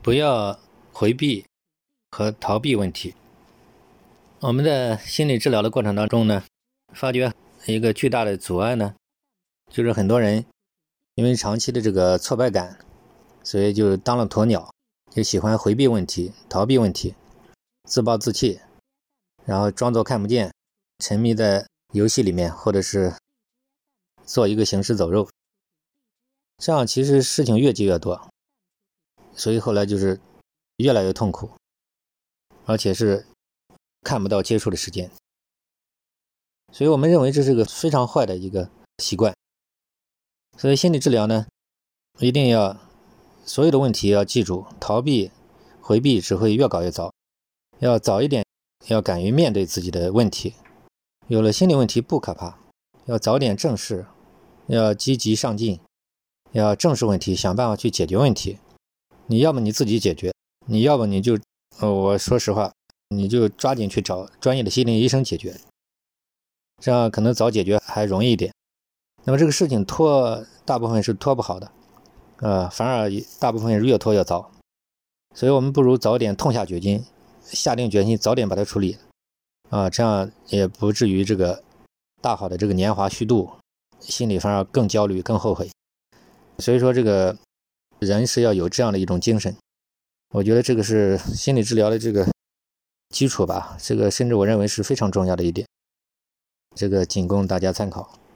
不要回避和逃避问题。我们在心理治疗的过程当中呢，发觉一个巨大的阻碍呢，就是很多人因为长期的这个挫败感，所以就当了鸵鸟，就喜欢回避问题、逃避问题，自暴自弃，然后装作看不见，沉迷在游戏里面，或者是做一个行尸走肉。这样其实事情越积越多，所以后来就是越来越痛苦，而且是看不到结束的时间。所以我们认为这是个非常坏的一个习惯。所以心理治疗呢，一定要所有的问题要记住，逃避回避只会越搞越糟，要早一点，要敢于面对自己的问题。有了心理问题不可怕，要早点正视，要积极上进，要正视问题，想办法去解决问题。你要么你自己解决，你要么你就我说实话，你就抓紧去找专业的心理医生解决，这样可能早解决还容易一点。那么这个事情大部分是拖不好的，反而大部分是越拖越糟。所以我们不如早点痛下决心，下定决心早点把它处理，这样也不至于这个大好的这个年华虚度，心里反而更焦虑更后悔。所以说这个人是要有这样的一种精神，我觉得这个是心理治疗的这个基础吧，这个甚至我认为是非常重要的一点，这个仅供大家参考。